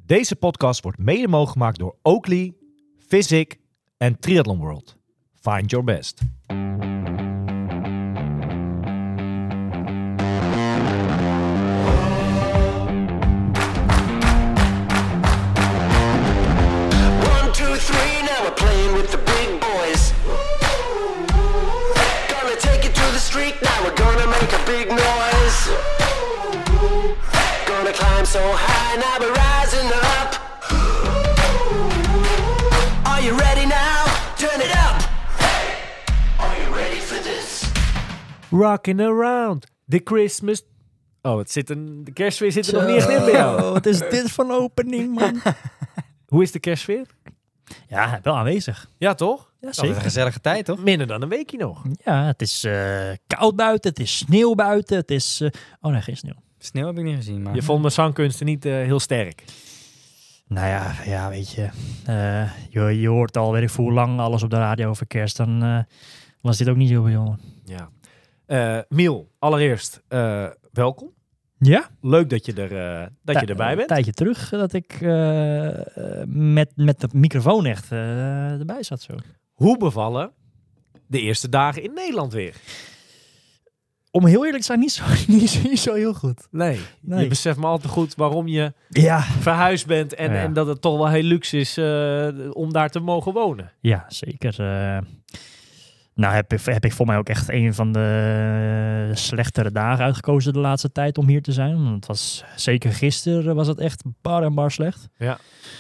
Deze podcast wordt mede mogelijk gemaakt door Oakley, Physic en Triathlon World. Find your best. So high, now we're rising up. Are you ready now? Turn it up. Hey, are you ready for this? Rocking around the Christmas... Oh, de kerstsfeer zit er nog niet echt in bij jou. Wat is dit voor een opening, man? Hoe is de kerstsfeer? Ja, wel aanwezig. Ja, toch? Ja, Een zeker. gezellige tijd, toch? Minder dan een weekje nog. Ja, het is koud buiten, het is sneeuw buiten, het is... Oh nee, geen sneeuw. Sneeuw heb ik niet gezien, maar... Je vond mijn zangkunsten niet heel sterk. Nou ja, weet je. Je hoort al, weet ik voor hoe lang, alles op de radio over kerst. Dan was dit ook niet heel bijzonder. Ja. Miel, allereerst welkom. Ja? Leuk dat je erbij Een bent. tijdje terug dat ik met de microfoon echt erbij zat zo. Hoe bevallen de eerste dagen in Nederland weer? Om heel eerlijk te zijn, niet zo heel goed. Nee. Nee. Je beseft me al te goed waarom je Ja. verhuisd bent en dat het toch wel heel luxe is om daar te mogen wonen. Ja, zeker. Nou heb ik voor mij ook echt een van de slechtere dagen uitgekozen de laatste tijd om hier te zijn. Want het was zeker gisteren was het echt bar en bar slecht. Ja.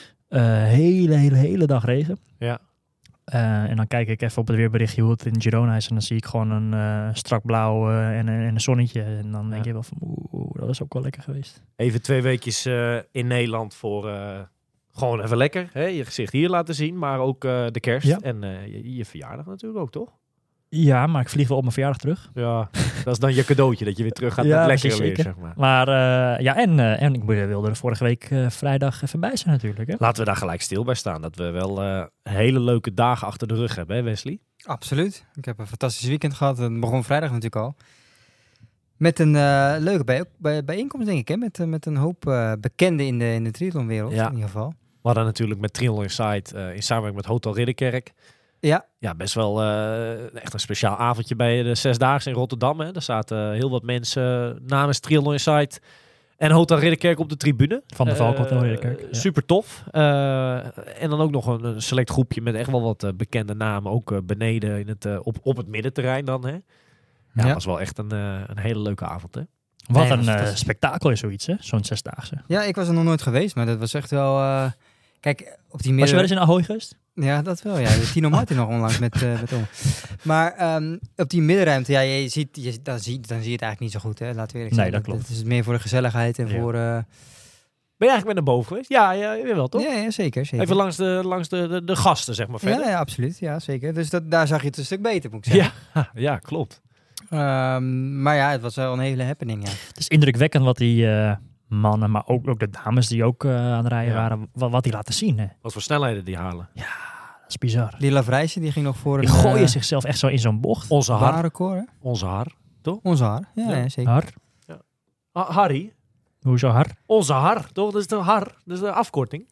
Hele dag regen. Ja. En dan kijk ik even op het weerberichtje hoe het in Girona is. En dan zie ik gewoon een strak blauw en een zonnetje. En dan denk je wel van, dat is ook wel lekker geweest. Even 2 weekjes in Nederland voor gewoon even lekker. Hè? Je gezicht hier laten zien, maar ook de kerst. Ja. En je verjaardag natuurlijk ook, toch? Ja, maar ik vlieg wel op mijn verjaardag terug. Ja, dat is dan je cadeautje, dat je weer terug gaat Ja, naar het lekkere precies, weer, zeker. zeg maar. Maar en ik wilde er vorige week vrijdag even bij zijn natuurlijk. Hè? Laten we daar gelijk stil bij staan. Dat we wel hele leuke dagen achter de rug hebben, hè Wesley? Absoluut. Ik heb een fantastisch weekend gehad. Het begon vrijdag natuurlijk al. Met een leuke bijeenkomst, denk ik. Hè? Met een hoop bekenden in de triathlonwereld, Ja. in ieder geval. We hadden natuurlijk met Triathlon Insight in samenwerking met Hotel Ridderkerk. Ja. Ja, best wel echt een speciaal avondje bij de 6-daagse in Rotterdam. Hè. Daar zaten heel wat mensen namens Triathlon Insight en Hotel Ridderkerk op de tribune. Van de Valk Hotel Ridderkerk. Ja. Super tof. En dan ook nog een select groepje met echt wel wat bekende namen. Ook beneden in op het middenterrein dan. Hè. Ja, dat was wel echt een hele leuke avond. Hè. Wat Nee, een fantastisch. spektakel is zoiets, hè? Zo'n 6-daagse. Ja, ik was er nog nooit geweest, maar dat was echt wel... Kijk, op die Was je wel eens midden... in Ahoy geweest? Ja, dat wel, ja. Tino Martin nog onlangs met Om. Maar op die middenruimte, ja, dan zie je het eigenlijk niet zo goed, hè. Laten we eerlijk zijn. Nee, dat klopt. Het is meer voor de gezelligheid en voor... Ben je eigenlijk naar boven geweest? Ja, jawel toch? Ja, zeker. Even langs de gasten, zeg maar, verder. Ja, absoluut. Ja, zeker. Dus daar zag je het een stuk beter, moet ik zeggen. Ja, klopt. Maar ja, het was wel een hele happening, ja. Het is indrukwekkend wat die mannen, maar ook de dames die ook aan het rijden Ja. waren, wat die laten zien. Hè. Wat voor snelheden die halen. Dat is bizar. Die Lavrijse, die ging nog voor Die een gooien zichzelf echt zo in zo'n bocht. Onze Har. baanrecord, hè? Onze Har. Onze haar. Ja, Ja. ja, zeker. Har? Harry. Hoezo Har? Onze Har, toch? Dat is de Har. Dat is de afkorting.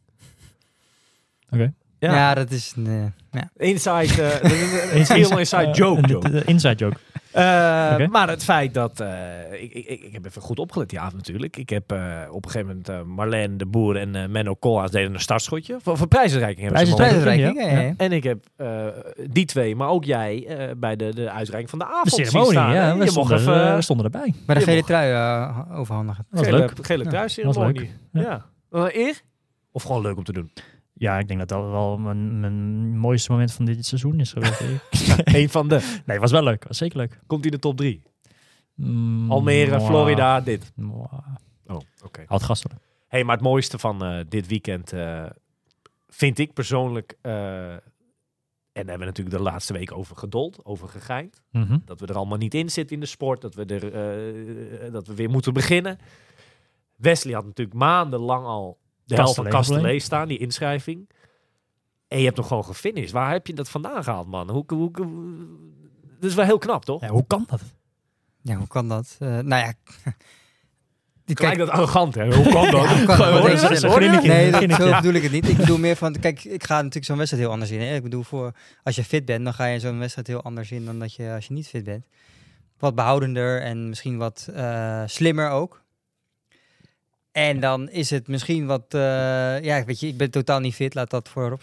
Oké. Ja, dat is... ja. Inside, heel inside joke. De inside joke. Oké. Maar het feit dat... ik heb even goed opgelet die avond natuurlijk. Ik heb op een gegeven moment Marlene de Boer en Menno Koolhaas deden een startschotje. Voor prijsuitreiking hebben ze Prijsuitreiking. mogen. Prijsuitreiking, ja. En ik heb die twee, maar ook jij, bij de uitreiking van de avond De zien ceremonie, staan, hè? ja. Je mocht even We stonden erbij. Maar de Je gele mocht- trui overhandigen. Dat was leuk. gele Ja, truisceremonie. was Ja. Eer? Of gewoon leuk om te doen? Ja, ik denk dat dat wel mijn mooiste moment van dit seizoen is geweest. Eén van de. Nee, het was wel leuk. Was zeker leuk. Komt in de top 3? Almere, Mwah. Florida, dit. Mwah. Oh, oké. Oud gast hoor. Hey, maar het mooiste van dit weekend vind ik persoonlijk... en daar hebben we natuurlijk de laatste week over gedold, over gegeind. Mhm. Dat we er allemaal niet in zitten in de sport. Dat we weer moeten beginnen. Wesley had natuurlijk maandenlang al de helft van Castellet Castellet staan, die inschrijving. En je hebt nog gewoon gefinished. Waar heb je dat vandaan gehaald, man? Dat is wel heel knap, toch? Ja, hoe kan dat? Ja, hoe kan dat? Nou ja, Kijk dat arrogant, hè? Hoe kwam dat? Ja, kan Hoor je deze dat? een Hoor je dat? grimmetje. Nee, Beginnetje. zo bedoel ik het niet. Ik bedoel meer van, kijk, ik ga natuurlijk zo'n wedstrijd heel anders in. Hè? Ik bedoel, als je fit bent, dan ga je zo'n wedstrijd heel anders in dan dat je als je niet fit bent. Wat behoudender en misschien wat slimmer ook. En dan is het misschien wat, ja, weet je, ik ben totaal niet fit. Laat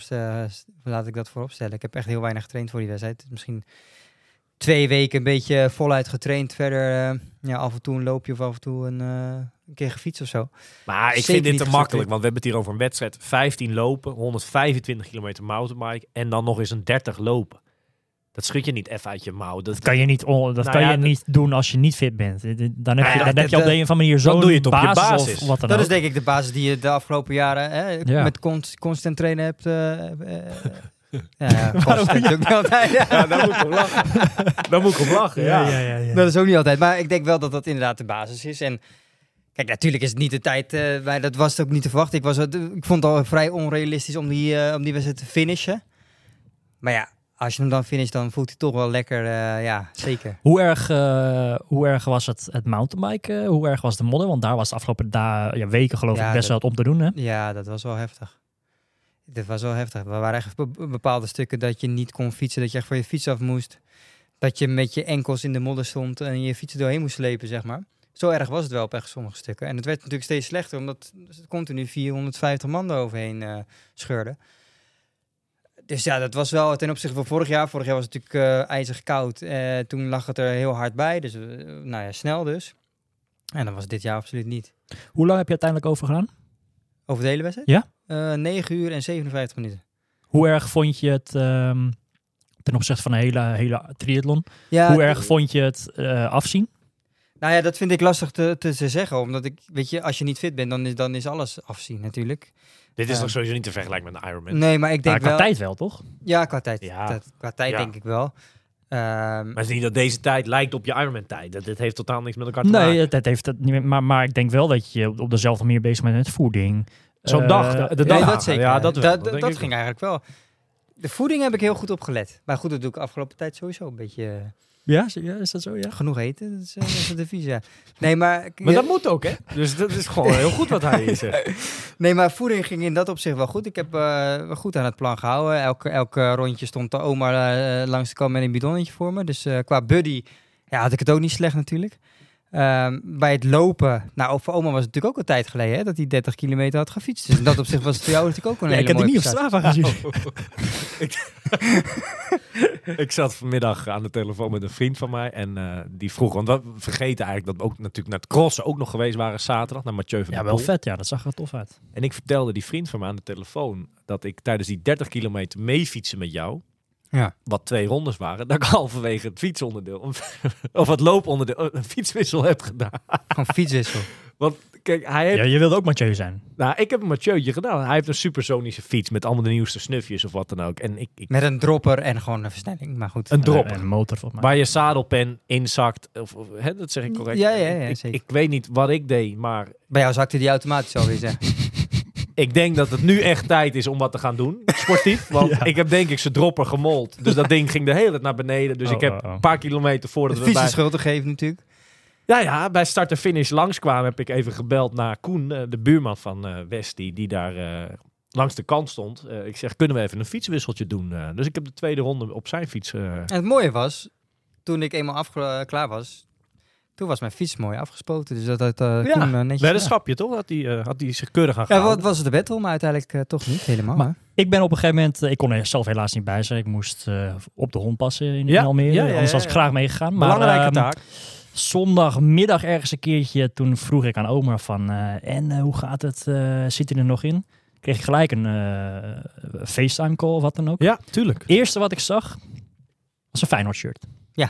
ik dat voorop stellen. Ik heb echt heel weinig getraind voor die wedstrijd. Misschien 2 weken een beetje voluit getraind. Verder, ja, af en toe een loopje of af en toe een keer gefietst of zo. Maar ik Zeker vind dit niet te gestructureerd. makkelijk, want we hebben het hier over een wedstrijd. 15 lopen, 125 kilometer mountainbike en dan nog eens een 30 lopen. Dat schud je niet even uit je mouw. Dat kan je Nou niet doen als je niet fit bent. Dan heb je, op de een of andere manier dan zo'n doe je het op je basis basis. of wat dan Dat ook. is denk ik de basis die je de afgelopen jaren Ja. met constant trainen hebt. Ja, constant ook niet altijd. Ja. Ja, daar moet ik op lachen. Daar moet ik op lachen, ja. Dat is ook niet altijd. Maar ik denk wel dat dat inderdaad de basis is. En kijk, natuurlijk is het niet de tijd. Maar dat was het ook niet te verwachten. Ik vond het al vrij onrealistisch om die wedstrijd te finishen. Maar ja, als je hem dan finisht, dan voelt hij toch wel lekker. Ja, zeker. Hoe erg was het mountainbiken? Hoe erg was de modder? Want daar was de afgelopen weken geloof Ja, ik best dat- wel wat om te doen. Hè? Ja, dat was wel heftig. Dat was wel heftig. Er waren echt bepaalde stukken dat je niet kon fietsen. Dat je echt van je fiets af moest. Dat je met je enkels in de modder stond en je fiets er doorheen moest slepen, zeg maar. Zo erg was het wel op echt sommige stukken. En het werd natuurlijk steeds slechter, omdat er continu 450 man eroverheen scheurde. Dus ja, dat was wel ten opzichte van vorig jaar. Vorig jaar was het natuurlijk ijzig koud. Toen lag het er heel hard bij. Dus nou ja, snel dus. En dat was dit jaar absoluut niet. Hoe lang heb je uiteindelijk over gedaan? Over de hele wedstrijd? Ja. 9 uur en 57 minuten. Hoe erg vond je het ten opzichte van een hele triathlon? Ja, Hoe erg vond je het afzien? Nou ja, dat vind ik lastig te zeggen. Omdat ik, weet je, als je niet fit bent, dan is alles afzien natuurlijk. Dit is toch sowieso niet te vergelijken met een Ironman. Nee, maar ik denk Qua wel... tijd wel, toch? Ja, qua tijd. Ja. Qua tijd Ja. denk ik wel. Maar het is niet dat deze tijd lijkt op je Ironman-tijd. Dit heeft totaal niks met elkaar te maken. Nee, het heeft het niet meer. Maar ik denk wel dat je op dezelfde manier bezig bent met voeding. Zo'n dag, de Nee, dag. dat zeker. Ja, dat wel. Dat denk dat ik ging eigenlijk wel. De voeding heb ik heel goed opgelet. Maar goed, dat doe ik afgelopen tijd sowieso een beetje Ja, is dat zo? Ja. genoeg eten. Dat is het advies, ja. Nee, maar... Maar dat moet ook, hè? Dus dat is gewoon heel goed wat hij hier zegt. Nee, maar voeding ging in dat opzicht wel goed. Ik heb goed aan het plan gehouden. Elk rondje stond de oma langs de kant met een bidonnetje voor me. Dus qua buddy had ik het ook niet slecht natuurlijk. Bij het lopen, nou voor oma was het natuurlijk ook een tijd geleden hè, dat hij 30 kilometer had gefietst. Dus in dat opzicht was het voor jou natuurlijk ook een hele Ik heb die mooie niet op prestatie. Strava gezien. Ik zat vanmiddag aan de telefoon met een vriend van mij en die vroeg, want we vergeten eigenlijk dat we ook natuurlijk naar het crossen ook nog geweest waren zaterdag, naar Mathieu van Ja, der wel Poel. vet. Ja, dat zag er tof uit. En ik vertelde die vriend van mij aan de telefoon dat ik tijdens die 30 kilometer meefietsen met jou, Ja. wat 2 rondes waren, dat ik halverwege het fietsonderdeel of het looponderdeel een fietswissel heb gedaan. Gewoon fietswissel. Want kijk, hij heeft, Ja, je wilde ook Mathieu zijn. nou, ik heb een Mathieu'tje gedaan. Hij heeft een supersonische fiets met allemaal de nieuwste snufjes of wat dan ook. En ik Met een dropper en gewoon een versnelling. Maar goed. een drop. En een motor volgens mij. Waar je zadelpen inzakt. Hè, dat zeg ik correct. Ja, Ik- zeker. ik weet niet wat ik deed, maar Bij jou zakte die automatisch alweer zeggen. ik denk dat het nu echt tijd is om wat te gaan doen. Sportief. Want Ja. ik heb denk ik zijn dropper gemold. Dus dat ding ging de hele tijd naar beneden. Dus Oh, ik heb oh, oh. een paar kilometer voordat De we fiets bij... de schuld te geven natuurlijk. Ja, bij start en finish langskwamen heb ik even gebeld naar Koen, de buurman van West, die daar langs de kant stond. Ik zeg, kunnen we even een fietswisseltje doen? Dus ik heb de tweede ronde op zijn fiets. En het mooie was, toen ik eenmaal klaar was, toen was mijn fiets mooi afgespoten. Dus dat had Koen netjes weddenschapje toch? Had hij zich keurig aan Ja, gehouden. wat was het de battle, maar uiteindelijk toch niet helemaal. Maar- hè? Ik ben op een gegeven moment, ik kon er zelf helaas niet bij zijn. Ik moest op de hond passen in Ja, Almere. ja, ja, Anders was ja, ik ja. graag meegegaan. Maar Belangrijke taak. zondagmiddag ergens een keertje, toen vroeg ik aan oma van, hoe gaat het? Zit hij er nog in? Kreeg ik gelijk een FaceTime call of wat dan ook. Ja, tuurlijk. Eerste wat ik zag, was een Feyenoord shirt. Ja.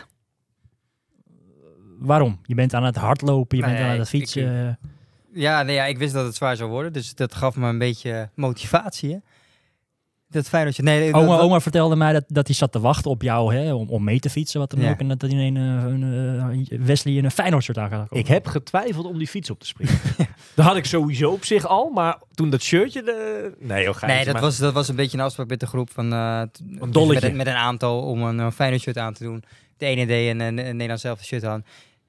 Waarom? Je bent aan het hardlopen, je Nee, bent aan het fietsen. Ja, nee, ik wist dat het zwaar zou worden. Dus dat gaf me een beetje motivatie. Hè? Dat Feyenoordje. Nee, Oma vertelde mij dat hij zat te wachten op jou hè, om mee te fietsen. Wat dan Ja. ook. En dat hij Wesley in een Feyenoord shirt aan gaat komen. Ik heb getwijfeld om die fiets op te springen. Dat had ik sowieso op zich al, maar toen dat shirtje... Nee, joh, geintje, Nee, maar- dat was een beetje een afspraak met de groep van Een dolletje. met een aantal om een Feyenoord shirt aan te doen. De ene deed een Nederlands zelf shirt aan.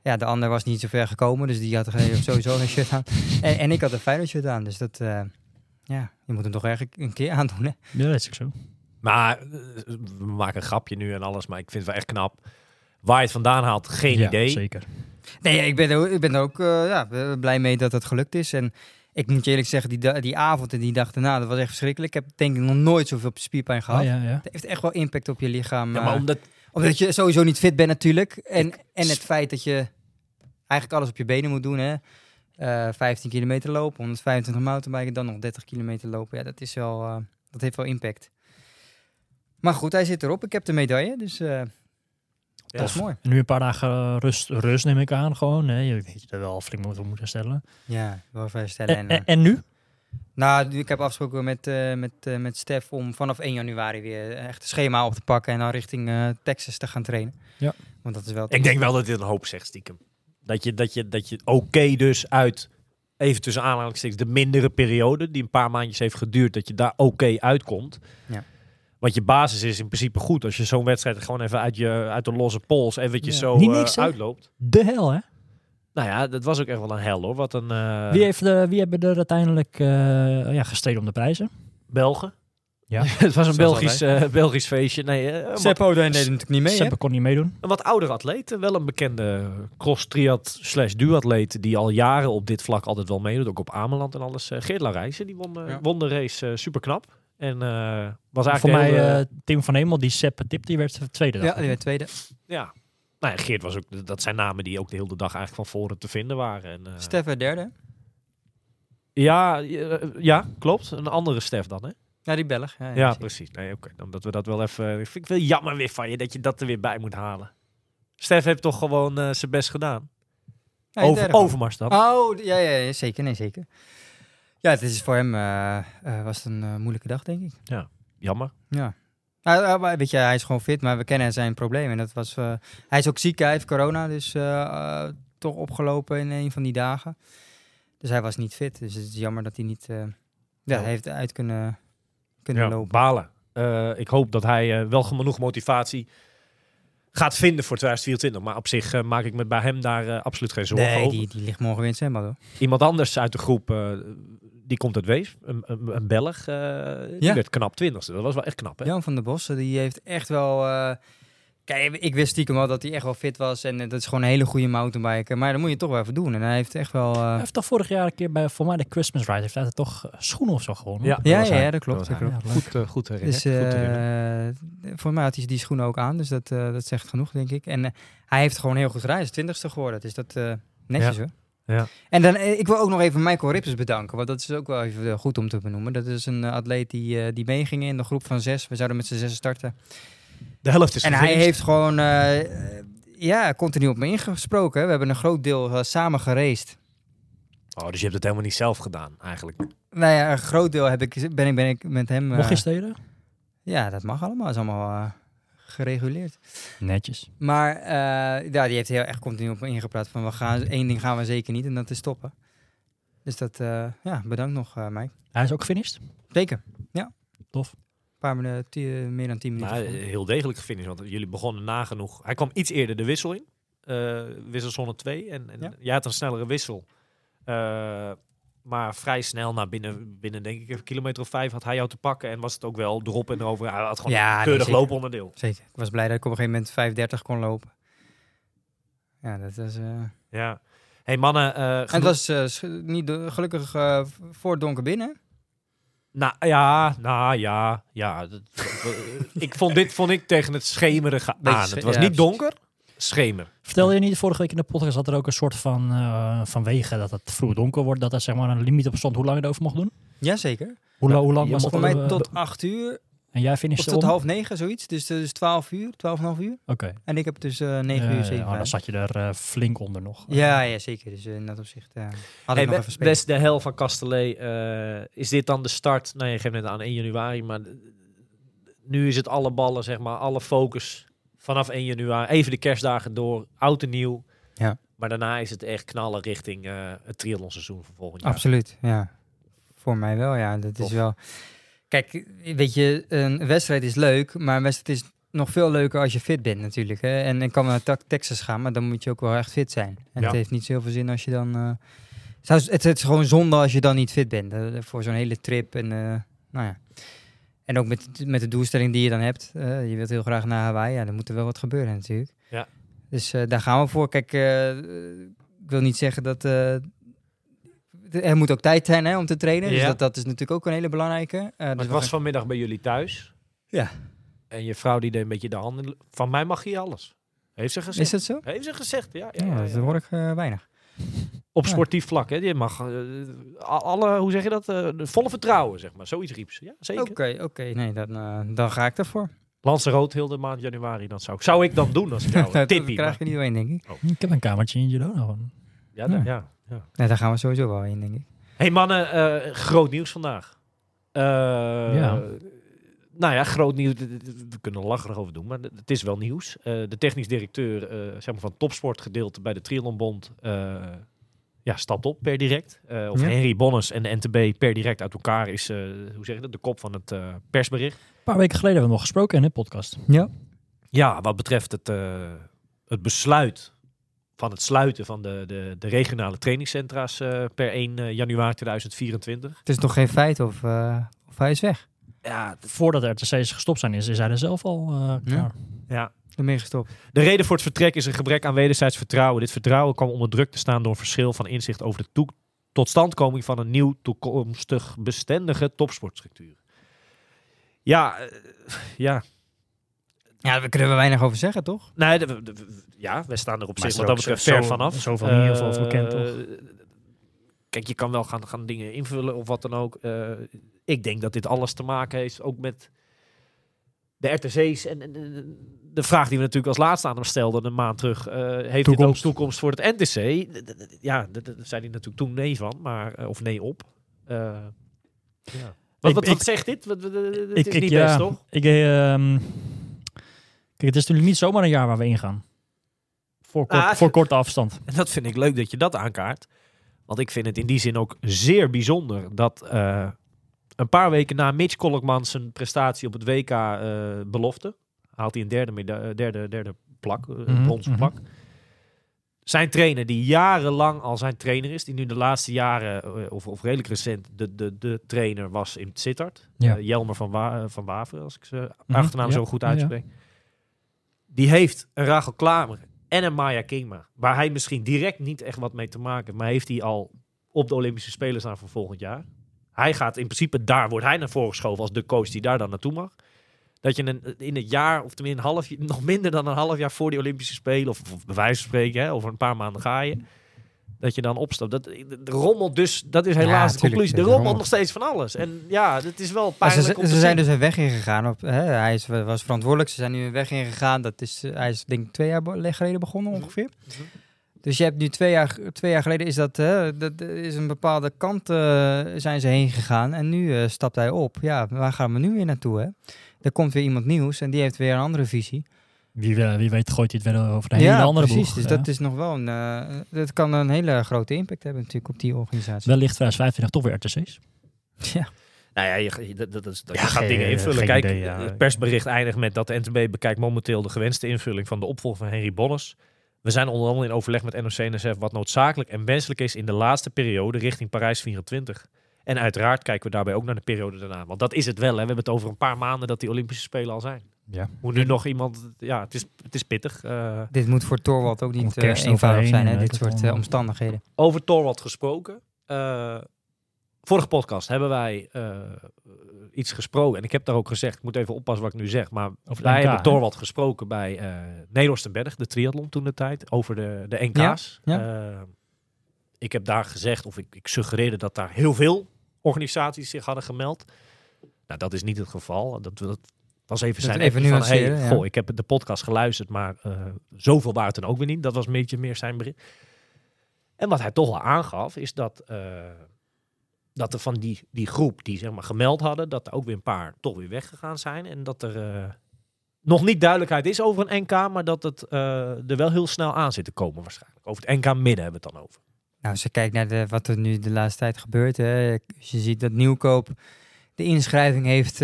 Ja, de ander was niet zo ver gekomen, dus die had sowieso een shirt aan. En ik had een Feyenoord shirt aan, dus dat... je moet hem toch eigenlijk een keer aandoen, hè? Ja, dat is ook zo. Maar we maken een grapje nu en alles, maar ik vind het wel echt knap. Waar je het vandaan haalt, geen Ja, idee. zeker. Nee, ik ben er ook blij mee dat het gelukt is. En ik moet je eerlijk zeggen, die avond en die dag daarna, dat was echt verschrikkelijk. Ik heb denk ik nog nooit zoveel spierpijn gehad. Ja. Het heeft echt wel impact op je lichaam. Ja, maar omdat je sowieso niet fit bent natuurlijk. En het feit dat je eigenlijk alles op je benen moet doen. Hè? 15 kilometer lopen, 125 mountainbiken, dan nog 30 kilometer lopen. Ja, dat is wel, dat heeft wel impact. Maar goed, hij zit erop. Ik heb de medaille, dus dat is mooi. En nu een paar dagen rust neem ik aan gewoon. Hè? Je weet je er wel flink moeten herstellen. Ja, wel even herstellen. En nu? Nou, ik heb afgesproken met Stef om vanaf 1 januari weer echt een schema op te pakken en dan richting Texas te gaan trainen. Ja. Want dat is wel... ik denk wel dat dit een hoop zegt stiekem. Dat je oké dus uit, even tussen aanhalingstekens, de mindere periode, die een paar maandjes heeft geduurd, dat je daar oké uitkomt. Ja. Want je basis is in principe goed. Als je zo'n wedstrijd gewoon even uit de losse pols eventjes zo Niet niks, hè? uitloopt. De hel, hè? Nou ja, dat was ook echt wel een hel hoor. Wat een Wie hebben er uiteindelijk gestreden om de prijzen? Belgen. Ja. Het was een Zoals Belgisch feestje. Nee, een Seppo deed natuurlijk niet mee, hè? Seppe kon niet meedoen. wat oudere atleet. Wel een bekende cross-triat/duatleet die al jaren op dit vlak altijd wel meedoet. Ook op Ameland en alles. Geert Larijsen, die won de race super knap. En was eigenlijk Voor mij heel, Tim van Hemel, die Seppe tip, die werd tweede. Ja, die werd tweede. ja. Nou ja, Geert was ook, dat zijn namen die ook de hele dag eigenlijk van voren te vinden waren. En, Stef werd derde. ja, klopt. Een andere Stef dan, hè? Ja, die Belg. Ja, zeker. precies. Nee, oké. Omdat we dat wel even... Ik vind het wel jammer weer van je dat je dat er weer bij moet halen. Stef heeft toch gewoon zijn best gedaan. Ja, die derde Overmars dan. Oh, ja, zeker. Nee, zeker. Ja, het is voor hem was het een moeilijke dag, denk ik. Jammer. Ja. Maar weet je, hij is gewoon fit, maar we kennen zijn probleem. En dat was, hij is ook ziek, hij heeft corona, dus toch opgelopen in een van die dagen. Dus hij was niet fit. Dus het is jammer dat hij niet heeft uit kunnen lopen. Balen. Ik hoop dat hij wel genoeg motivatie gaat vinden voor 2024. Maar op zich maak ik me bij hem daar absoluut geen zorgen Nee, over. die ligt morgen weer in het zwembad, hoor. Iemand anders uit de groep, die komt uit Wees. Een Belg. Die werd knap 20ste. Dat was wel echt knap, hè? Jan van der Bossen, die heeft echt wel... kijk, ik wist stiekem wel dat hij echt wel fit was. En dat is gewoon een hele goede mountainbiker. Maar dat moet je toch wel even doen. En hij heeft echt wel... Hij heeft toch vorig jaar een keer bij, voor mij de Christmas Ride, heeft hij toch schoenen of zo gewonnen? Ja. Ja, dat klopt. Dat Dat was klopt. hij. Goed herinnerd. Dus Goed herinnerd. voor mij had hij die schoenen ook aan. Dus dat zegt genoeg, denk ik. En hij heeft gewoon heel goed gereden. Hij is 20ste geworden. Dus dat netjes, hoor. Ja. En dan, ik wil ook nog even Michael Rippers bedanken. Want dat is ook wel even goed om te benoemen. Dat is een atleet die meeging in de groep van 6. We zouden met z'n 6 starten. De helft is En hij gefinished. heeft gewoon continu op me ingesproken. Hè. We hebben een groot deel samen geraced. Oh, dus je hebt het helemaal niet zelf gedaan, eigenlijk. Nou ja, een groot deel ben ik met hem... Mocht je steden? Ja, dat mag allemaal. Dat is allemaal gereguleerd. Netjes. Maar die heeft heel erg continu op me ingepraat van één ding gaan we zeker niet en dat is stoppen. Dus dat, bedankt nog Mike. Hij is ook gefinished? Zeker, ja. Tof. Een paar minuten, meer dan 10 minuten. Nou, heel degelijk gefinished, want jullie begonnen nagenoeg. Hij kwam iets eerder de wissel in. Wisselzone 2. En jij had een snellere wissel. Maar vrij snel, binnen denk ik een kilometer of 5 had hij jou te pakken. En was het ook wel erop en erover. Hij had gewoon een keurig zeker. looponderdeel. Zeker. Ik was blij dat ik op een gegeven moment 5:30 kon lopen. Ja, dat was... Ja. Hey mannen. En het was niet gelukkig voor het donker binnen. Ik vond ik tegen het schemerige Beetje aan. Het was ja, niet precies. donker, schemer. Vertelde je niet vorige week in de podcast dat er ook een soort vanwege dat het vroeg donker wordt, dat er zeg maar een limiet op stond hoe lang je het over mocht doen? Jazeker. Hoe lang was Voor dat? mij tot 8 uur En jij of finishte tot om? 8:30 zoiets. Dus 12 uur, 12,5 uur. Oké. En ik heb dus 9 uur 7. Dan zat je er flink onder nog. Ja, zeker. Dus in dat opzicht had ik nog even spelen. West de hel van Castellet. Is dit dan de start? Nou, je geeft net aan 1 januari, maar nu is het alle ballen, zeg maar, alle focus vanaf 1 januari. Even de kerstdagen door, oud en nieuw. Ja. Maar daarna is het echt knallen richting het triathlonseizoen van volgend jaar. Absoluut, ja. Voor mij wel, ja. Dat Tof. is wel... Kijk, weet je, een wedstrijd is leuk, maar een wedstrijd is nog veel leuker als je fit bent natuurlijk. Hè? En ik kan naar Texas gaan, maar dan moet je ook wel echt fit zijn. En Ja. het heeft niet zoveel zin als je dan... het is gewoon zonde als je dan niet fit bent. Voor zo'n hele trip. En, nou ja. En ook met de doelstelling die je dan hebt. Je wilt heel graag naar Hawaii. Ja, dan moet er wel wat gebeuren natuurlijk. Ja. Dus daar gaan we voor. Kijk, ik wil niet zeggen dat... er moet ook tijd zijn hè, om te trainen. Ja. Dus dat is natuurlijk ook een hele belangrijke. Maar Dus ik was vanmiddag bij jullie thuis. Ja. En je vrouw die deed een beetje de handen. Van mij mag hier alles. Heeft ze gezegd. Is dat zo? Heeft ze gezegd, ja. Ja, dat hoor ik weinig. Op Ja. sportief vlak, hè. Je mag alle, hoe zeg je dat? De volle vertrouwen, zeg maar. Zoiets riep ze. Ja, zeker. Oké. Nee, dan ga ik ervoor. Lanzarote heel de maand januari. Dat zou ik dan doen als ik jou Dat tippie. krijg je niet doorheen, denk ik. Ik heb een kamertje in Girona. Ja, ja. Nee, daar gaan we sowieso wel heen, denk ik. Hey mannen, groot nieuws vandaag. Ja. Nou ja, groot nieuws. We kunnen er lacherig over doen, maar het is wel nieuws. De technisch directeur zeg maar van topsportgedeelte bij de Triathlonbond stapt op per direct. Of Ja. Henry Bonnes en de NTB per direct uit elkaar is, hoe zeg je dat, de kop van het persbericht. Een paar weken geleden hebben we nog gesproken in de podcast. Ja. Ja, wat betreft het besluit van het sluiten van de regionale trainingscentra's per 1 januari 2024. Het is nog geen feit of hij is weg. Ja, Voordat de RTC's gestopt zijn, is hij er zelf al klaar. ja. Ermee gestopt. De reden voor het vertrek is een gebrek aan wederzijds vertrouwen. Dit vertrouwen kwam onder druk te staan door een verschil van inzicht over de totstandkoming van een nieuw toekomstig bestendige topsportstructuur. Ja. Ja, daar kunnen we weinig over zeggen, toch? Nee, wij staan er op Maar zich is wat er dat ook betreft zo- ver vanaf. zoveel niet heel veel over bekend, toch? Kijk, je kan wel gaan dingen invullen of wat dan ook. Ik denk dat dit alles te maken heeft ook met de RTC's en de vraag die we natuurlijk als laatste aan hem stelden een maand terug. Heeft dit ook toekomst voor het NTC? Ja, daar zei hij natuurlijk toen nee van, maar of nee op. Wat zegt dit? Het is niet best, toch? Kijk, het is natuurlijk niet zomaar een jaar waar we ingaan. Voor korte afstand. En dat vind ik leuk dat je dat aankaart. Want ik vind het in die zin ook zeer bijzonder dat een paar weken na Mitch Kolkman zijn prestatie op het WK belofte, haalt hij een derde plak, bronzen plak. Zijn trainer die jarenlang al zijn trainer is, die nu de laatste jaren, of redelijk recent, de trainer was in Sittard. Ja. Jelmer van Waveren, als ik zijn achternaam zo goed uitspreek. Ja. Die heeft een Rachel Klamer en een Maya Kingma, waar hij misschien direct niet echt wat mee te maken heeft, maar heeft hij al op de Olympische Spelen staan voor volgend jaar. Hij gaat in principe, daar wordt hij naar voren geschoven als de coach die daar dan naartoe mag. Dat je in het jaar, of tenminste nog minder dan een half jaar voor die Olympische Spelen, of bij wijze van spreken, hè, over een paar maanden ga je, dat je dan opstapt. De rommelt dus, dat is helaas de conclusie. De rommelt nog steeds van alles. En ja, het is wel pijnlijk om te Ze zijn zien. dus een weg ingegaan. Hij was verantwoordelijk. Ze zijn nu een weg ingegaan. Hij is denk ik 2 jaar geleden begonnen ongeveer. Dus je hebt nu 2 jaar geleden is dat is een bepaalde kant zijn ze heen gegaan. En nu stapt hij op. Ja, waar gaan we nu weer naartoe? Hè? Er komt weer iemand nieuws en die heeft weer een andere visie. Wie weet gooit hij het weer over de hele andere precies. boeg. Dus dat is nog wel dat kan een hele grote impact hebben natuurlijk op die organisatie. Wellicht 2025 toch weer RTC's. Ja. Nou ja, je gaat dingen invullen. geen Kijk, idee, ja. het persbericht eindigt met dat de NTB bekijkt momenteel de gewenste invulling van de opvolger van Henry Bonnes. We zijn onder andere in overleg met NOC-NSF wat noodzakelijk en wenselijk is in de laatste periode richting Parijs 24. En uiteraard kijken we daarbij ook naar de periode daarna. Want dat is het wel. Hè. We hebben het over een paar maanden dat die Olympische Spelen al zijn. Ja. Moet nu nog iemand... Ja, het is pittig. Dit moet voor Torwald ook niet Komt kerst eenvoudig overheen zijn, hè, en dit weet het soort allemaal. omstandigheden. Over Torwald gesproken. Vorige podcast hebben wij iets gesproken. En ik heb daar ook gezegd, ik moet even oppassen wat ik nu zeg. Maar Over wij NK, hebben hè? Torwald gesproken bij Nederlandstenberg, de triathlon toen de tijd. Over de NK's. Ja. Ik heb daar gezegd, of ik suggereerde dat daar heel veel organisaties zich hadden gemeld. Nou, dat is niet het geval. Dat was even zijn even appje van, nuanceren, ja. goh, ik heb de podcast geluisterd, maar zoveel waren het dan ook weer niet. Dat was een beetje meer zijn bericht. En wat hij toch wel aangaf, is dat er van die groep die zeg maar gemeld hadden, dat er ook weer een paar toch weer weggegaan zijn. En dat er nog niet duidelijkheid is over een NK, maar dat het er wel heel snel aan zit te komen waarschijnlijk. Over het NK midden hebben we het dan over. Nou, als je kijkt naar wat er nu de laatste tijd gebeurt. Hè, als je ziet dat Nieuwkoop, de inschrijving heeft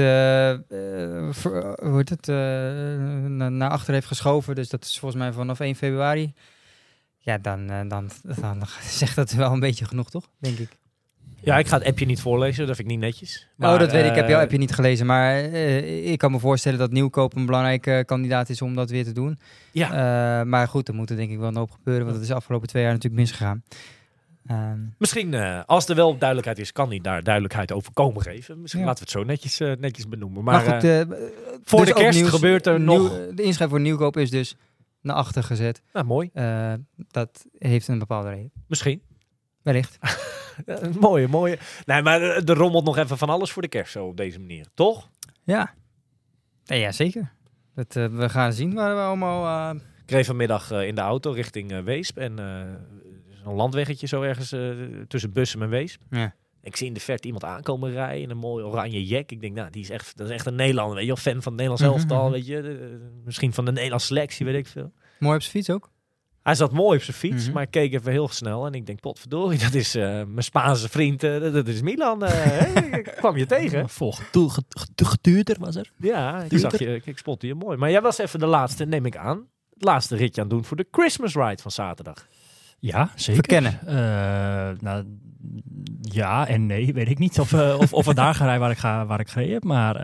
naar achter heeft geschoven. Dus dat is volgens mij vanaf 1 februari. Ja, dan zegt dat wel een beetje genoeg, toch? Denk ik. Ja, ik ga het appje niet voorlezen. Dat vind ik niet netjes. Maar, Dat weet ik. Ik heb jouw appje niet gelezen. Maar ik kan me voorstellen dat Nieuwkoop een belangrijke kandidaat is om dat weer te doen. Ja. Maar goed, er moet er denk ik wel een hoop gebeuren. Want het is de afgelopen 2 jaar natuurlijk misgegaan. Misschien, als er wel duidelijkheid is, kan hij daar duidelijkheid over komen geven. Misschien laten we het zo netjes benoemen. Maar goed, voor dus de ook kerst gebeurt er nog... De inschrijving voor Nieuwkoop is dus naar achter gezet. Nou, mooi. Dat heeft een bepaalde reden. Misschien. Wellicht. Mooie. Nee, maar er rommelt nog even van alles voor de kerst zo op deze manier. Toch? Ja. Ja, zeker. We gaan zien waar we allemaal... Ik reed vanmiddag in de auto richting Weesp. En een landweggetje zo ergens tussen Bussum en Weesp. Ja. Ik zie in de verte iemand aankomen rijden in een mooi oranje jack. Ik denk, nou, dat is echt een Nederlander, weet je wel. Fan van het Nederlands elftal, weet je. Misschien van de Nederlandse selectie, weet ik veel. Mooi op zijn fiets ook. Hij zat mooi op zijn fiets, maar ik keek even heel snel. En ik denk, potverdorie, dat is mijn Spaanse vriend. Dat is Milan. Ik kwam je tegen. Getuurder was er. Ja, ik spotte je mooi. Maar jij was even de laatste, neem ik aan. Het laatste ritje aan het doen voor de Christmas Ride van zaterdag. Ja, zeker. Verkennen. Nou, ja en nee, weet ik niet of we daar gaan rijden waar ik gereden heb. Maar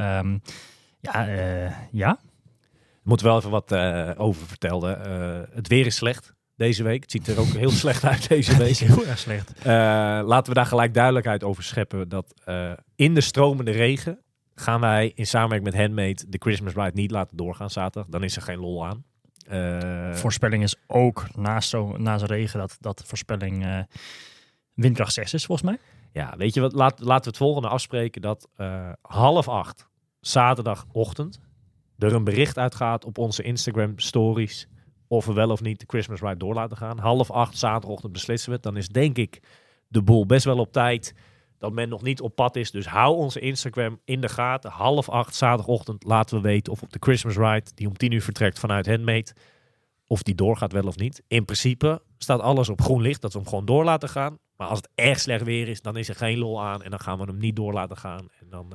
ja. Ik moet wel even wat over vertellen. Het weer is slecht deze week. Het ziet er ook heel slecht uit deze week. Het is heel erg slecht. Laten we daar gelijk duidelijkheid over scheppen. Dat in de stromende regen gaan wij in samenwerking met Handmade de Christmas Ride niet laten doorgaan zaterdag. Dan is er geen lol aan. Voorspelling is ook naast regen dat de voorspelling windkracht 6 is volgens mij. Ja, weet je wat? Laten we het volgende afspreken dat 7:30 zaterdagochtend er een bericht uitgaat op onze Instagram stories of we wel of niet de Christmas Ride door laten gaan. 7:30 zaterdagochtend beslissen we het. Dan is denk ik de boel best wel op tijd dat men nog niet op pad is. Dus hou onze Instagram in de gaten. 7:30 zaterdagochtend laten we weten of op de Christmas Ride, die om 10:00 vertrekt vanuit Handmade, of die doorgaat wel of niet. In principe staat alles op groen licht, dat we hem gewoon door laten gaan. Maar als het erg slecht weer is, dan is er geen lol aan en dan gaan we hem niet door laten gaan. En dan...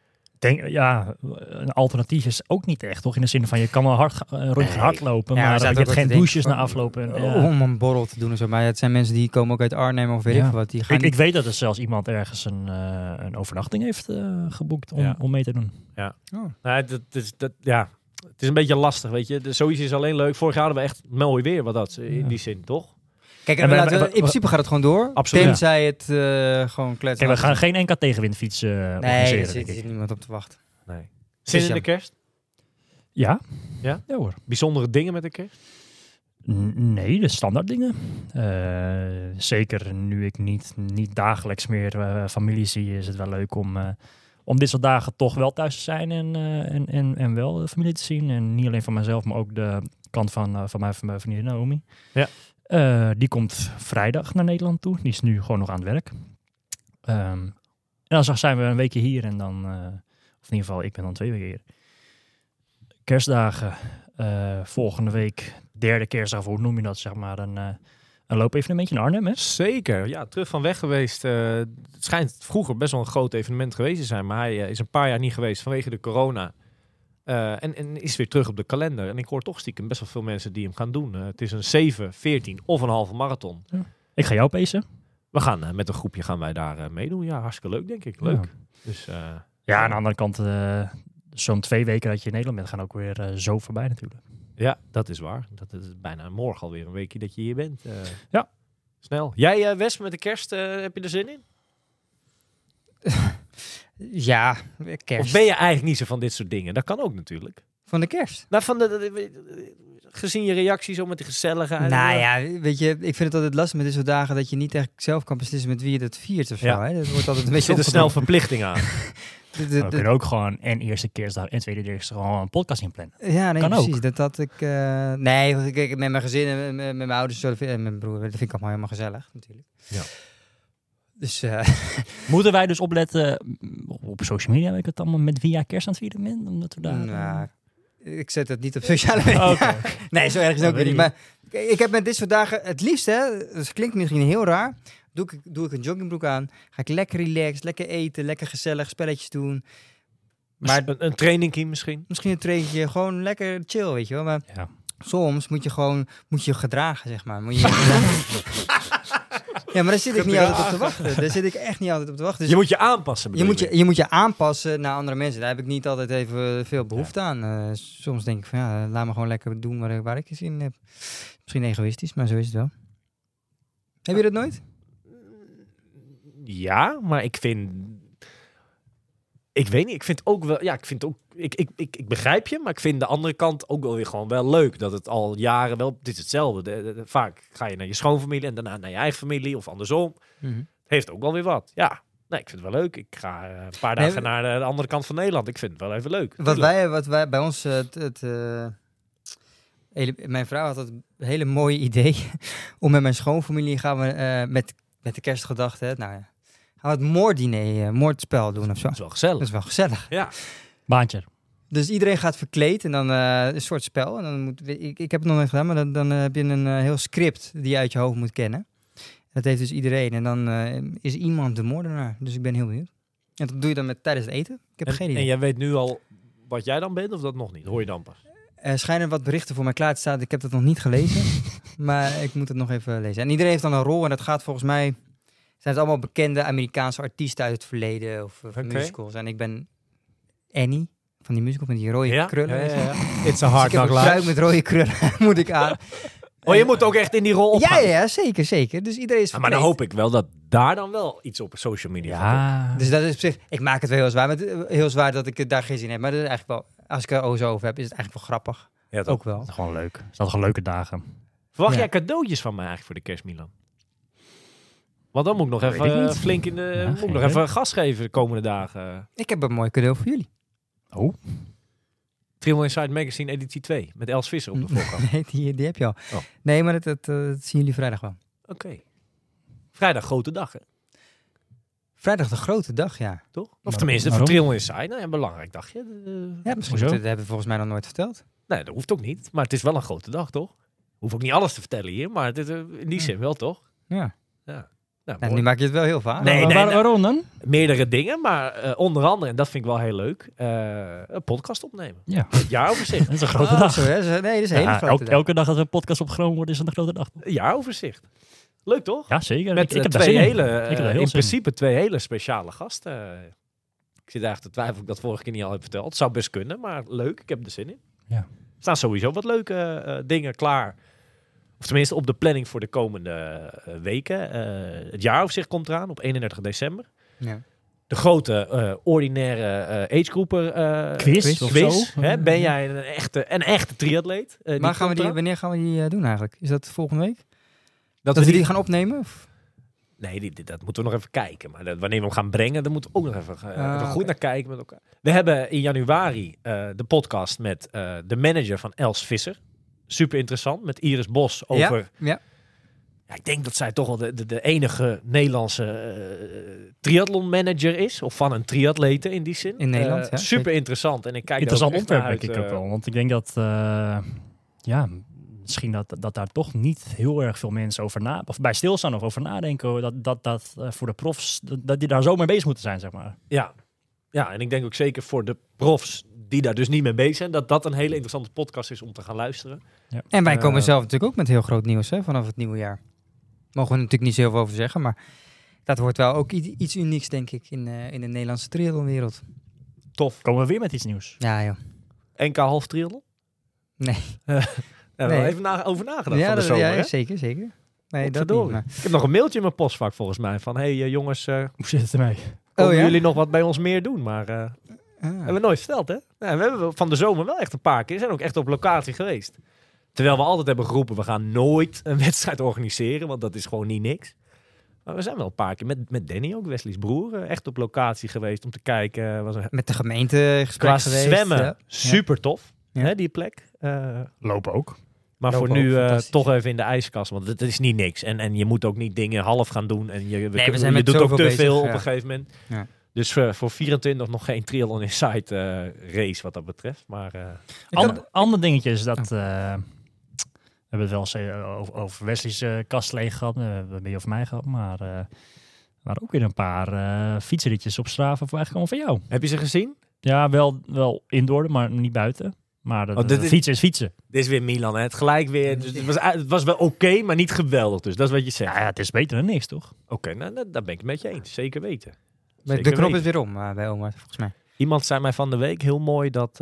een alternatief is ook niet echt, toch? In de zin van, je kan wel een rondje hardlopen, Ja, maar je hebt geen douches na aflopen. Om een borrel te doen en zo. Maar het zijn mensen die komen ook uit Arnhem of weet ik veel wat. Die gaan ik weet dat er zelfs iemand ergens een overnachting heeft geboekt om mee te doen. Ja. Nou, het is een beetje lastig, weet je. Sowieso is alleen leuk. Vorig jaar hadden we echt mooi weer, in die zin, toch? Kijk, in principe gaat het gewoon door. Absoluut. Tenzij het gewoon kletsen. Kijk, we gaan geen NK tegenwindfiets organiseren. Nee, er zit niemand op te wachten. Nee. Zin in de kerst? Ja. Ja? Ja hoor. Bijzondere dingen met de kerst? Nee, de standaard dingen. Zeker nu ik niet dagelijks meer familie zie, is het wel leuk om dit soort dagen toch wel thuis te zijn en wel de familie te zien. En niet alleen van mezelf, maar ook de kant van mijn vriendin Naomi. Ja. Die komt vrijdag naar Nederland toe. Die is nu gewoon nog aan het werk. En dan zijn we een weekje hier en dan... of in ieder geval, ik ben dan 2 weken hier. Kerstdagen. Volgende week, 3e kerstdag, hoe noem je dat? Zeg maar een loopevenementje in Arnhem, hè? Zeker, ja. Terug van weg geweest. Het schijnt vroeger best wel een groot evenement geweest te zijn. Maar hij is een paar jaar niet geweest vanwege de corona. En is weer terug op de kalender. En ik hoor toch stiekem best wel veel mensen die hem gaan doen. Het is een 7, 14 of een halve marathon. Ja. Ik ga jou pacen. We gaan met een groepje gaan wij daar meedoen. Ja, hartstikke leuk, denk ik. Leuk. Ja. Dus, aan de andere kant, zo'n 2 weken dat je in Nederland bent, gaan ook weer zo voorbij natuurlijk. Ja, dat is waar. Dat is bijna morgen alweer een weekje dat je hier bent. Ja. Snel. Jij, Wes, met de kerst, heb je er zin in? Ja, kerst. Of ben je eigenlijk niet zo van dit soort dingen? Dat kan ook natuurlijk. Van de kerst? Nou, gezien je reacties om met die gezelligheid. Nou ja, weet je, ik vind het altijd lastig met dit soort dagen dat je niet echt zelf kan beslissen met wie je dat viert of zo. Ja. Hè? Dat wordt altijd een Er beetje zit een snel verplichting aan. We kunnen ook gewoon eerste kerstdag en tweede kerstdag gewoon een podcast inplannen. Ja, nee, kan precies. ook. Dat ik... nee, want ik met mijn gezin en met mijn ouders en mijn broer, dat vind ik allemaal helemaal gezellig natuurlijk. Ja. Dus... Moeten wij dus opletten op social media, weet ik het allemaal, met wie jij kerst aan het vieren bent? Omdat we daar... Nou, ik zet het niet op sociale media. Okay. Nee, zo erg is het ook weer niet. Maar ik heb met dit soort dagen het liefst, hè, dat klinkt misschien heel raar, doe ik een joggingbroek aan. Ga ik lekker relaxed, lekker eten, lekker gezellig, spelletjes doen. Maar Een trainingkie misschien? misschien een traintje, gewoon lekker chill, weet je wel. Maar Ja. soms moet je gedragen, zeg maar. Moet je ja, maar daar zit ik niet altijd op te wachten. Daar zit ik echt niet altijd op te wachten. Dus Je moet je aanpassen. je moet je aanpassen naar andere mensen. Daar heb ik niet altijd even veel behoefte aan. Soms denk ik van ja, laat me gewoon lekker doen waar ik zin in heb. Misschien egoïstisch, maar zo is het wel. Heb je dat nooit? Ja, maar ik vind... Ik weet niet, ik vind ook wel... Ja, ik vind ook... Ik begrijp je, maar ik vind de andere kant ook wel weer gewoon wel leuk. Dat het al jaren wel... Dit is hetzelfde. Vaak ga je naar je schoonfamilie en daarna naar je eigen familie of andersom. Het heeft ook wel weer wat. Ja, nee, ik vind het wel leuk. Ik ga een paar dagen naar de andere kant van Nederland. Ik vind het wel even leuk. Wat wij bij ons... mijn vrouw had het hele mooie idee om met mijn schoonfamilie gaan we met de kerstgedachte, nou ja, gaan we het moordspel doen of zo. Dat is wel gezellig. Dat is wel gezellig. Ja. Baantje. Dus iedereen gaat verkleed en dan een soort spel. En dan ik heb het nog nooit gedaan, maar dan heb je een heel script die je uit je hoofd moet kennen. Dat heeft dus iedereen. En dan is iemand de moordenaar. Dus ik ben heel benieuwd. En dat doe je dan tijdens het eten. Ik heb geen idee. En jij weet nu al wat jij dan bent of dat nog niet? Hoor je dan pas? Er schijnen wat berichten voor mij klaar te staan. Ik heb dat nog niet gelezen. Maar ik moet het nog even lezen. En iedereen heeft dan een rol. En dat gaat volgens mij... Zijn het allemaal bekende Amerikaanse artiesten uit het verleden. Of musicals. En ik ben Annie. Van die musical met die rode krullen. Ja. It's a Dus hard ik heb knock een life. pruik met rode krullen. Moet ik aan. Oh, je moet ook echt in die rol opgaan. Ja, zeker. Dus iedereen is Maar dan hoop ik wel dat daar dan wel iets op social media van komt. Ja. Dus dat is op zich... Ik maak het wel heel zwaar. Maar heel zwaar dat ik het daar geen zin in heb. Maar dat is eigenlijk wel... Als ik er zo over heb, is het eigenlijk wel grappig. Ja, toch? Ook wel. Dat is gewoon leuk. Het zijn gewoon leuke dagen. Verwacht Ja. jij cadeautjes van mij eigenlijk voor de kerst, Milan? Want dan moet ik nog Weet ik even niet. flink in de... Ja, moet ik geen nog even gas geven de komende dagen. Ik heb een mooi cadeau voor jullie. Oh. Triple Inside Magazine editie 2. Met Els Visser op de voorkant. Nee, die heb je al. Oh. Nee, maar dat zien jullie vrijdag wel. Oké. Vrijdag grote dag, hè? Vrijdag de grote dag, ja. Toch? Of Maar tenminste, voor waarom? Triple Inside. Nou, een belangrijk dagje. Ja, misschien. Hoezo? Dat hebben we volgens mij nog nooit verteld. Nee, dat hoeft ook niet. Maar het is wel een grote dag, toch? Hoef ook niet alles te vertellen hier. Maar het is, in die zin wel, toch? Ja. Nou, Nou, mooi. nu maak je het wel heel vaak. Nee, Waarom dan? Meerdere dingen, maar onder andere, en dat vind ik wel heel leuk, een podcast opnemen. Ja. Het jaaroverzicht. Dat is een grote Oh, dag. zo, hè? Nee, dat is een hele Ja, grote dag. elke dag dat er een podcast opgenomen wordt, is het een grote dag. Een jaaroverzicht. Leuk, toch? Ja, zeker. Met ik heb daar twee zin in. hele, Ik heb daar heel in zin in. principe twee hele speciale gasten. Ik zit eigenlijk te twijfelen of ik dat vorige keer niet al heb verteld. Het zou best kunnen, maar leuk. Ik heb er zin in. Ja. Er staan sowieso wat leuke dingen klaar. Of tenminste op de planning voor de komende weken. Het jaaroverzicht komt eraan op 31 december. Ja. De grote ordinaire agegroeper Quiz of quiz. zo? Hè? Ben jij een echte triatleet? Maar wanneer gaan we die doen eigenlijk? Is dat volgende week? Dat Dat we die gaan opnemen? Of? Nee, dat moeten we nog even kijken. Maar wanneer we hem gaan brengen, daar moeten we ook nog even, even goed oké. naar kijken met elkaar. We hebben in januari de podcast met de manager van Els Visser. Super interessant, met Iris Bos over... Ja. Ja, ik denk dat zij toch wel de enige Nederlandse triathlon manager is. Of van een triatlete in die zin. In Nederland, ja, super zeker. interessant. En ik kijk Interessant daar ook echt onderwerp, naar denk ik uit, ook wel. Want ik denk dat, misschien dat daar toch niet heel erg veel mensen over of bij stilstaan of over nadenken. Dat voor de profs, dat die daar zo mee bezig moeten zijn, zeg maar. Ja, en ik denk ook zeker voor de profs die daar dus niet mee bezig zijn, dat een hele interessante podcast is om te gaan luisteren. Ja. En wij komen zelf natuurlijk ook met heel groot nieuws hè, vanaf het nieuwe jaar. Mogen we natuurlijk niet zoveel over zeggen, maar dat wordt wel ook iets unieks, denk ik, in de Nederlandse triathlonwereld. Tof. Komen we weer met iets nieuws? Ja, joh. NK half triathlon? Nee. Daar hebben we even over nagedacht van de zomer, hè? zeker. Nee, dat niet. Verdorie. Maar... Ik heb nog een mailtje in mijn postvak volgens mij van hey jongens, Hoe zit het ermee? komen ja? jullie nog wat bij ons meer doen? Maar hebben we nooit verteld, hè? Nou, we hebben van de zomer wel echt een paar keer, zijn ook echt op locatie geweest. Terwijl we altijd hebben geroepen, we gaan nooit een wedstrijd organiseren, want dat is gewoon niet niks. Maar we zijn wel een paar keer met Danny ook, Wesley's broer, echt op locatie geweest om te kijken. Was Met de gemeente qua gesprek geweest. zwemmen Ja. super tof, Ja. hè, die plek. Lopen ook. Maar Lopen voor ook nu fantastisch. toch even in de ijskast, want het is niet niks. En je moet ook niet dingen half gaan doen. En je zijn je met doet ook zoveel te bezig, veel ja. op een gegeven moment. Ja. Dus voor 24 nog geen Triathlon Inside race wat dat betreft. Maar Ander dingetje is dat We hebben het wel eens over Wesley's kast leeg gehad. We hebben je over mij gehad. Maar er waren ook weer een paar fietsritjes op Strava voorbij gekomen van jou. Heb je ze gezien? Ja, wel indoor, maar niet buiten. Maar fietsen is fietsen. Dit is weer Milan, hè? Het gelijk weer. Dus het was wel oké, maar niet geweldig. Dus dat is wat je zegt. Ja, het is beter dan niks, toch? Oké, nou, daar ben ik het met je eens. Zeker weten. De Zeker knop is weten. weer om bij Omar, volgens mij. Iemand zei mij van de week heel mooi dat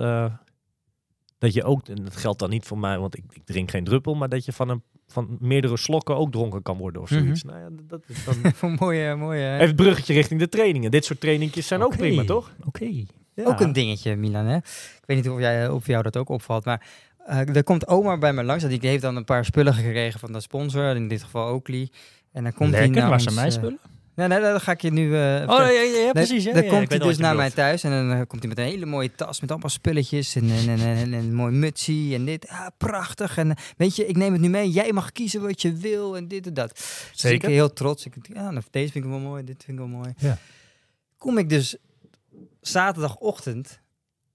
je ook, en dat geldt dan niet voor mij, want ik drink geen druppel, maar dat je van meerdere slokken ook dronken kan worden of zoiets. Nou ja, dat is dan... mooie. Even het bruggetje richting de trainingen. Dit soort trainingjes zijn ook prima, toch? Oké. Ja. Ook een dingetje, Milan. Hè? Ik weet niet of jou dat ook opvalt, maar er komt Omar bij me langs. Die heeft dan een paar spullen gekregen van de sponsor, in dit geval Oakley. En dan komt hij Lekker, naar waar ons, zijn mijn spullen? Nee, dat ga ik je nu... ja, precies. Ja, Dan ja, komt ik hij weet dus wat je naar mij bedoelt. thuis en dan komt hij met een hele mooie tas met allemaal spulletjes en een mooi mutsie en dit. Ah, prachtig. En weet je, ik neem het nu mee. Jij mag kiezen wat je wil en dit en dat. Dus Zeker. ik ben heel trots. Ik denk, nou, deze vind ik wel mooi, dit vind ik wel mooi. Ja. Kom ik dus zaterdagochtend...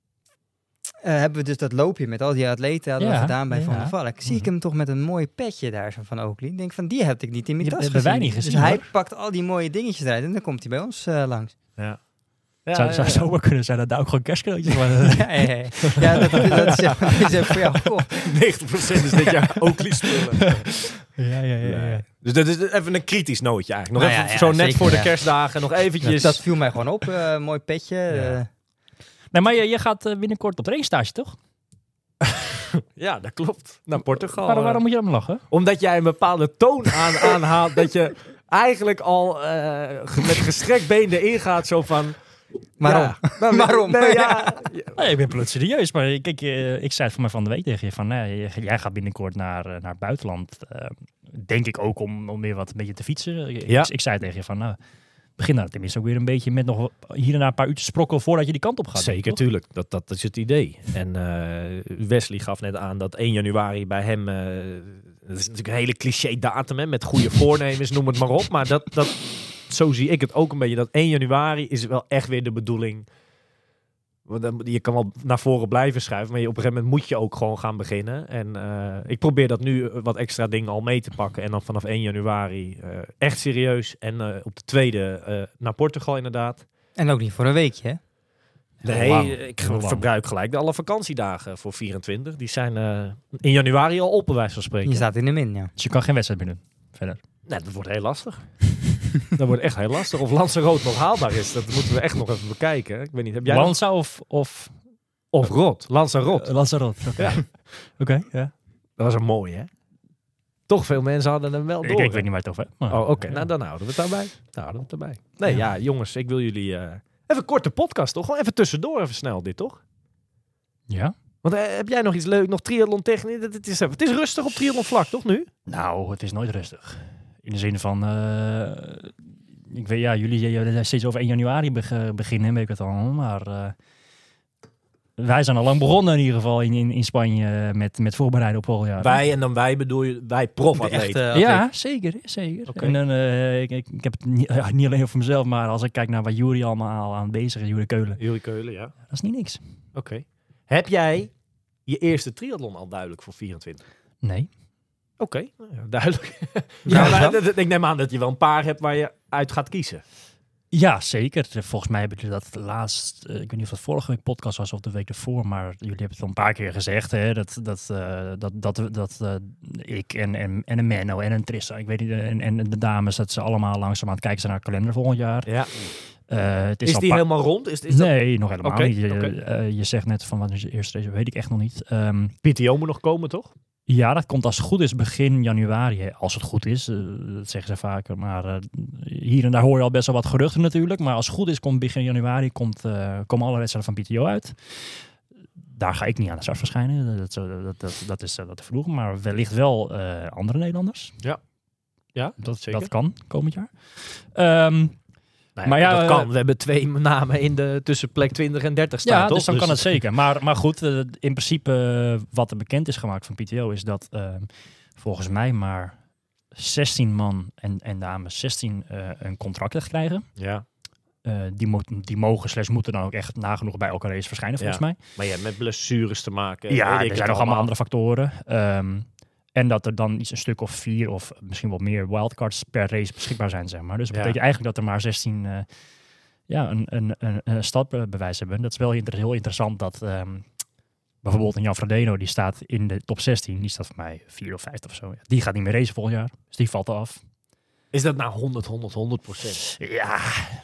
hebben we dus dat loopje met al die atleten hadden we gedaan bij Van der Valk. Zie ik hem toch met een mooi petje daar zo van Oakley. Ik denk van, die heb ik niet in mijn tas hebben gezien. wij niet gezien, Dus hij hoor. pakt al die mooie dingetjes eruit en dan komt hij bij ons langs. Ja. Zou zomaar kunnen zijn dat daar ook gewoon kerstcadeautjes waren. Ja, dat is ook voor jou gekocht. 90% is dit jaar Oakley spullen. Ja. Dus dat is even een kritisch nootje eigenlijk. Nog Nou even ja, zo net zeker, voor de ja. kerstdagen nog eventjes. Dat viel mij gewoon op. Mooi petje. Ja. Nee, maar je gaat binnenkort op trainingstage, toch? Ja, dat klopt. Naar Portugal. Waarom moet je dan lachen? Omdat jij een bepaalde toon aanhaalt dat je eigenlijk al met gestrekt been erin gaat zo van... Waarom? Ja, nou, Waarom? Nee, ja, Nee, ik ben plots serieus, maar kijk, ik zei het voor mij van de week tegen je van, jij gaat binnenkort naar het buitenland. Denk ik ook om weer wat een beetje te fietsen. Ja. Ik zei tegen je van, nou, begin daar tenminste ook weer een beetje met nog hier en daar een paar uurtjes sprokkelen voordat je die kant op gaat. Zeker, toch? tuurlijk. Dat is het idee. En Wesley gaf net aan dat 1 januari bij hem... dat is natuurlijk een hele cliché datum, hè, met goede voornemens, noem het maar op. Maar zo zie ik het ook een beetje. Dat 1 januari is wel echt weer de bedoeling. Want je kan wel naar voren blijven schuiven, maar op een gegeven moment moet je ook gewoon gaan beginnen. En ik probeer dat nu wat extra dingen al mee te pakken. En dan vanaf 1 januari echt serieus. En op de tweede naar Portugal inderdaad. En ook niet voor een weekje, hè? Nee, lang. ik Heel lang. verbruik gelijk alle vakantiedagen voor 24. Die zijn in januari al op, bij wijze van spreken. Je staat in de min, ja. Dus je kan geen wedstrijd meer doen, verder. Nee, dat wordt heel lastig. Dat wordt echt heel lastig. Of Lanzarote nog haalbaar is, dat moeten we echt nog even bekijken. Ik weet niet, heb jij nog- Lanza of Of Rot, Lanzarote. Lanzarote. Oké. Ja. Oké, ja. Dat was een mooie, hè? Toch veel mensen hadden hem wel door. Ik hè? weet niet waar het over hebt. maar- Oh, oké. Ja. Nou, dan houden we het daarbij. Nee, ja, jongens, ik wil jullie... even een korte podcast, toch? Gewoon even tussendoor, even snel dit, toch? Ja? Want heb jij nog iets leuk, nog triathlon technisch? Het is rustig op triathlon vlak, toch nu? Nou, het is nooit rustig. In de zin van... ik weet, ja, jullie steeds over 1 januari beginnen, weet ik het al. Maar wij zijn al lang begonnen in ieder geval in Spanje met voorbereiden op volgend jaar. Wij, en dan wij bedoel je, wij profatleten. Ja, zeker. Oké. En dan, ik heb het niet alleen over mezelf, maar als ik kijk naar wat Juri allemaal aan bezig is, Juri Keulen, Juri Keulen, ja. dat is niet niks. Oké. Heb jij je eerste triathlon al duidelijk voor 24? Nee. Oké, nou ja, duidelijk. Ja, maar zo. ik neem aan dat je wel een paar hebt waar je uit gaat kiezen. Ja, zeker. Volgens mij hebben jullie dat laatst, ik weet niet of dat vorige week podcast was of de week ervoor, maar jullie hebben het al een paar keer gezegd, hè, dat ik en een Menno en een Trissa, ik weet niet, en de dames, dat ze allemaal langzaam aan het kijken zijn naar het kalender volgend jaar. Ja. Het Is al die helemaal rond? Is dat... Nee, nog helemaal Oké, niet. oké. Je zegt net van wat is je eerste race, weet ik echt nog niet. PTO moet nog komen, toch? Ja, dat komt als het goed is begin januari. Hè. Als het goed is, dat zeggen ze vaker. Maar hier en daar hoor je al best wel wat geruchten natuurlijk. Maar als het goed is, komt begin januari komen alle wedstrijden van PTO uit. Daar ga ik niet aan de start verschijnen. Dat is te vroeg. Maar wellicht wel andere Nederlanders. Ja, zeker. Dat kan komend jaar. Nou maar ja, dat kan. We hebben 2 namen in de tussen plek 20 en 30 staan, Ja, toch? dus dan kan het zeker. Maar goed, in principe wat er bekend is gemaakt van PTO is dat volgens mij maar 16 man en dames 16 een contract echt krijgen. Ja, Die mogen / moeten dan ook echt nagenoeg bij elke race verschijnen volgens mij. maar je hebt met blessures te maken. Ja, weet ik er het zijn nog allemaal andere factoren. En dat er dan een stuk of 4 of misschien wel meer wildcards per race beschikbaar zijn, zeg maar. Dus dat betekent eigenlijk dat er maar 16 een startbewijs hebben. Dat is wel heel interessant dat bijvoorbeeld een Jan Frodeno, die staat in de top 16. Die staat voor mij 4 of 5 of zo. Die gaat niet meer racen volgend jaar. Dus die valt af. Is dat nou 100%? Ja,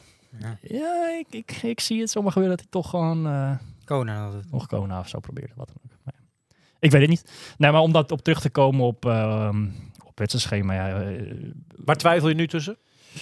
ik zie het zomaar gebeuren dat hij toch gewoon Kona had het. nog Kona of zo probeert. Wat dan ook. Maar ja. Ik weet het niet. Nee, maar om dat op terug te komen op wedstrijdschema. Waar twijfel je nu tussen?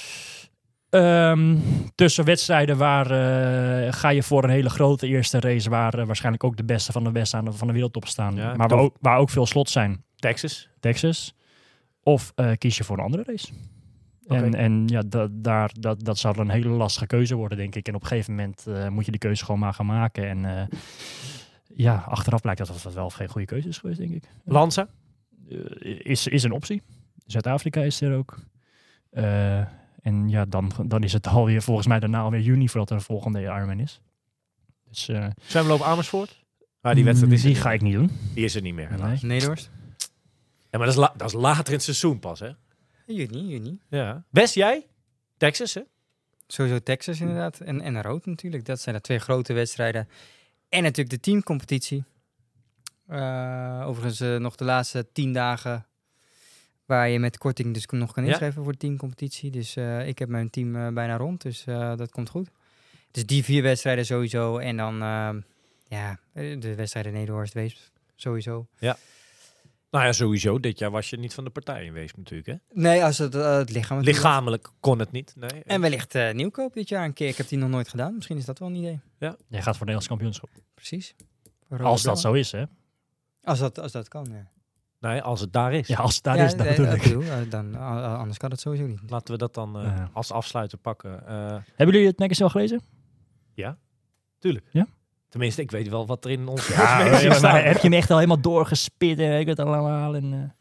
Tussen wedstrijden waar ga je voor een hele grote eerste race, waar waarschijnlijk ook de beste van de beste van de wereldtop staan. Ja, maar waar ook veel slots zijn. Texas. Of kies je voor een andere race. Okay. En ja, dat zal een hele lastige keuze worden, denk ik. En op een gegeven moment moet je die keuze gewoon maar gaan maken. En achteraf blijkt dat wel geen goede keuze is geweest, denk ik. Lanza? Is een optie. Zuid-Afrika is er ook. En ja, dan is het alweer volgens mij daarna alweer juni voordat er een volgende Ironman is. Dus, Zijn we op Amersfoort? Die wedstrijd is die ga ik niet doen. Die is er niet meer. Nee. Nederhorst? Ja, maar dat is later in het seizoen pas, hè? Juni. Ja. Wes, jij? Texas, hè? Sowieso Texas inderdaad. En Rood natuurlijk. Dat zijn de 2 grote wedstrijden. En natuurlijk de teamcompetitie. Overigens nog de laatste 10 dagen waar je met korting dus nog kan inschrijven voor de teamcompetitie. Dus ik heb mijn team bijna rond, dus dat komt goed. Dus die 4 wedstrijden sowieso. En dan de wedstrijden Nederhorst-Weesp sowieso. Ja. Nou ja, sowieso. Dit jaar was je niet van de partij in Weesp natuurlijk, hè? Nee, als het lichaam... Lichamelijk kon het niet, nee. En wellicht Nieuwkoop dit jaar een keer. Ik heb die nog nooit gedaan. Misschien is dat wel een idee. Jij gaat voor het Nederlands kampioenschap. Precies. Als dat zo is, hè? Als dat kan, ja. Nee, als het daar is. Ja, als het daar is, natuurlijk. Anders kan het sowieso niet. Laten we dat dan als afsluiter pakken. Hebben jullie het magazine al gelezen? Ja, tuurlijk. Ja? Tenminste, ik weet wel wat er in ons maar staat. heb je hem echt al helemaal doorgespit en weet ik het allemaal?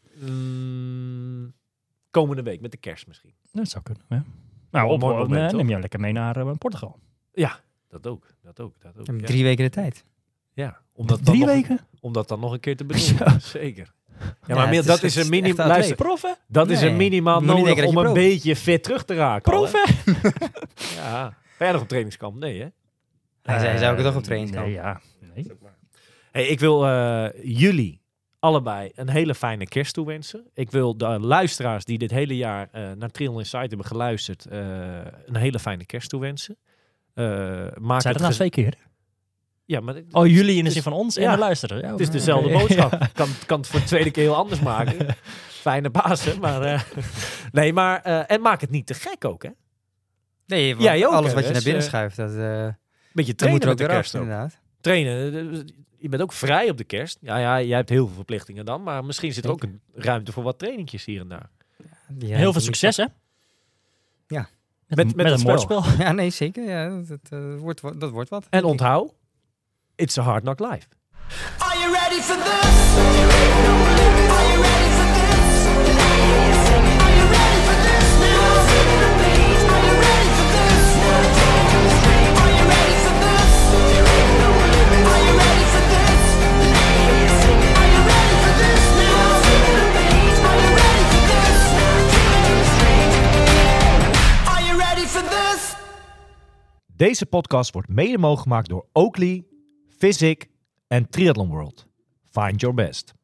Komende week met de kerst misschien. Dat zou kunnen, ja. Nou, mooi moment, neem je lekker mee naar Portugal. Ja, dat ook. We hebben 3 weken de tijd. Ja, om dat dan nog een keer te benoemen. Zeker. Ja, maar het dat is een minimaal. Luister, Proffen? dat is een minimaal Moet niet nodig denken om dat je een prof. beetje fit terug te raken. Proffen? Ja. Ben jij nog op trainingskamp? Nee, hè? Hij zou ook toch op trainingskamp. Nee, ja. Nee. Hey, ik wil jullie allebei een hele fijne kerst toewensen. Ik wil de luisteraars die dit hele jaar naar Triathlon Insight hebben geluisterd een hele fijne kerst toewensen. Maak Zijn het dat nou 2 keer? Ja, maar Jullie in de zin van ons en de luisteren. Ja, het is dezelfde boodschap. Kan het voor de tweede keer heel anders maken. Fijne Pasen, maar nee, maar en maak het niet te gek ook, hè? Nee, Jij ook, alles hè, wat je naar dus, binnen schuift, dat Beetje moet trainen er ook met de weer af, kerst ook. inderdaad. Trainen, je bent ook vrij op de kerst. Ja, jij hebt heel veel verplichtingen dan, maar misschien zit er ook een ruimte voor wat trainingjes hier en daar. Ja, heel veel succes, hè? Ja. Met het een mooi spel. spel. Ja, nee, zeker. Ja, dat wordt wat. En onthoud, it's a hard knock life. Are you ready for this? Are you ready for this? Are you ready for this now? Are you ready for this? Are you ready for this? Are you ready for this? Are you ready for this now? Are you ready for this? Are you ready for this? Deze podcast wordt mede mogelijk gemaakt door Oakley, Physic en Triathlon World. Find your best.